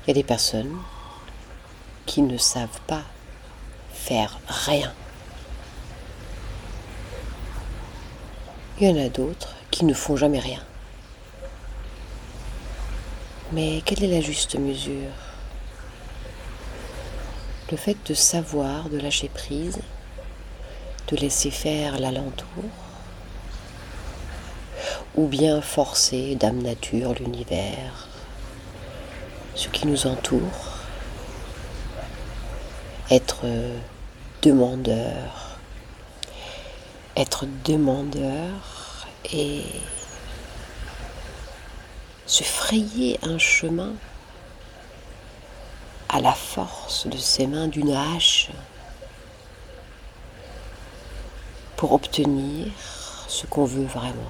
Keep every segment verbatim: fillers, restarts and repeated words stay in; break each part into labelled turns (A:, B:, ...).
A: Il y a des personnes qui ne savent pas faire rien. Il y en a d'autres qui ne font jamais rien. Mais quelle est la juste mesure ? Le fait de savoir, de lâcher prise, de laisser faire l'alentour, ou bien forcer Dame Nature, l'univers, ce qui nous entoure, être demandeur, être demandeur et se frayer un chemin à la force de ses mains d'une hache pour obtenir ce qu'on veut vraiment.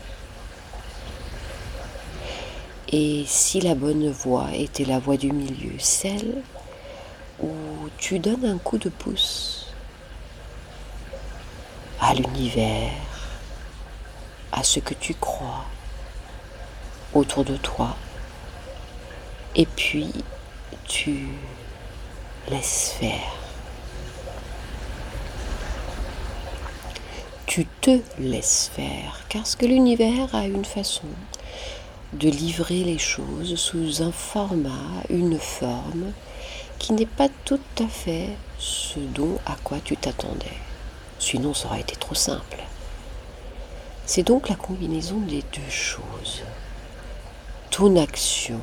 A: Et si la bonne voie était la voie du milieu, celle où tu donnes un coup de pouce à l'univers, à ce que tu crois autour de toi, et puis tu laisses faire. Tu te laisses faire, parce que l'univers a une façon de livrer les choses sous un format, une forme qui n'est pas tout à fait ce dont à quoi tu t'attendais. Sinon, ça aurait été trop simple. C'est donc la combinaison des deux choses. Ton action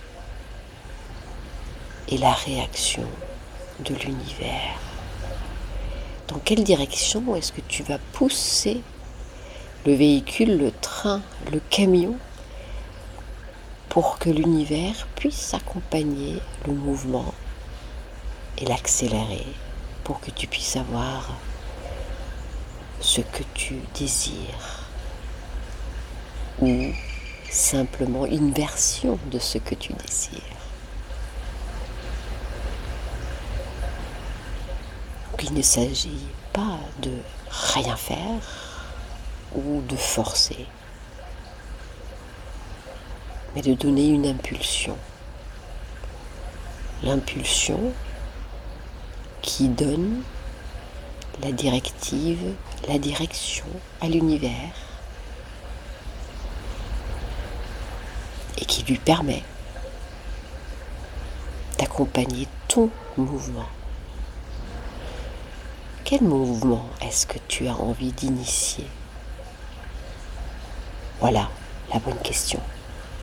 A: et la réaction de l'univers. Dans quelle direction est-ce que tu vas pousser le véhicule, le train, le camion pour que l'univers puisse accompagner le mouvement et l'accélérer pour que tu puisses avoir ce que tu désires ou simplement une version de ce que tu désires. Donc, il ne s'agit pas de rien faire ou de forcer, mais de donner une impulsion. L'impulsion qui donne la directive, la direction à l'univers et qui lui permet d'accompagner ton mouvement. Quel mouvement est-ce que tu as envie d'initier ? Voilà la bonne question.